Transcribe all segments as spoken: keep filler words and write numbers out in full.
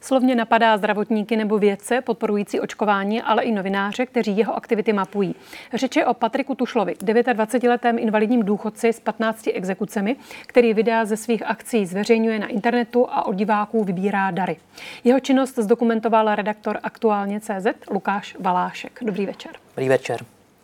Slovně napadá zdravotníky nebo vědce podporující očkování, ale i novináře, kteří jeho aktivity mapují. Řeč je o Patriku Tušlovi, dvacetidevětiletém invalidním důchodci s patnácti exekucemi, který videa ze svých akcí zveřejňuje na internetu a od diváků vybírá dary. Jeho činnost zdokumentoval redaktor Aktuálně tečka cé zet Lukáš Valášek. Dobrý večer. Dobrý večer.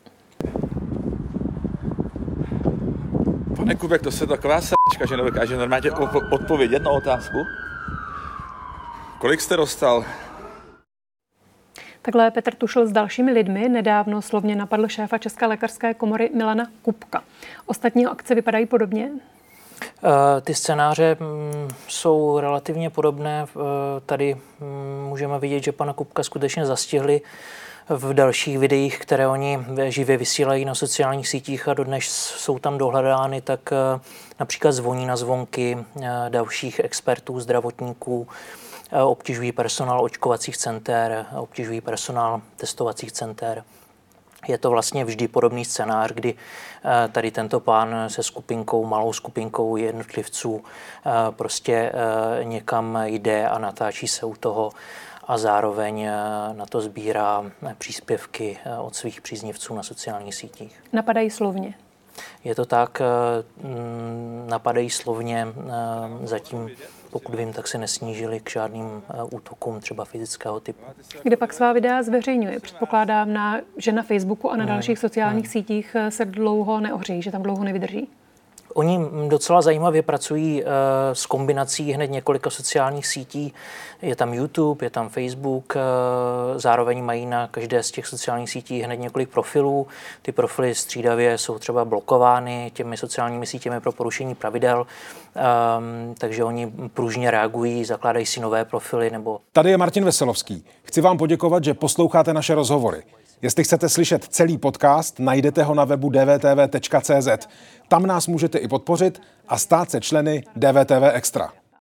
Pane Kubek, to se taková s***čka, že nedokáže normálně odpovědět na otázku. Kolik jste dostal? Takhle Petr Tušl s dalšími lidmi nedávno slovně napadl šéfa České lékařské komory Milana Kubka. Ostatní akce vypadají podobně? Ty scénáře jsou relativně podobné. Tady můžeme vidět, že pana Kubka skutečně zastihli v dalších videích, které oni živě vysílají na sociálních sítích a dodnes jsou tam dohledány, tak například zvoní na zvonky dalších expertů, zdravotníků, obtěžují personál očkovacích center, obtěžují personál testovacích center. Je to vlastně vždy podobný scénář, kdy tady tento pán se skupinkou, malou skupinkou jednotlivců prostě někam jde a natáčí se u toho a zároveň na to sbírá příspěvky od svých příznivců na sociálních sítích. Napadají slovně? Je to tak, napadají slovně, zatím, pokud vím, tak se nesnížili k žádným útokům třeba fyzického typu. Kde pak svá videa zveřejňuje? Předpokládám, na, že na Facebooku a na hmm. dalších sociálních hmm. sítích se dlouho neohřejí, že tam dlouho nevydrží? Oni docela zajímavě pracují s kombinací hned několika sociálních sítí. Je tam YouTube, je tam Facebook, zároveň mají na každé z těch sociálních sítí hned několik profilů. Ty profily střídavě jsou třeba blokovány těmi sociálními sítěmi pro porušení pravidel, takže oni pružně reagují, zakládají si nové profily. Nebo... Tady je Martin Veselovský. Chci vám poděkovat, že posloucháte naše rozhovory. Jestli chcete slyšet celý podcast, najdete ho na webu d v t v tečka cé zet. Tam nás můžete i podpořit a stát se členy D V T V Extra.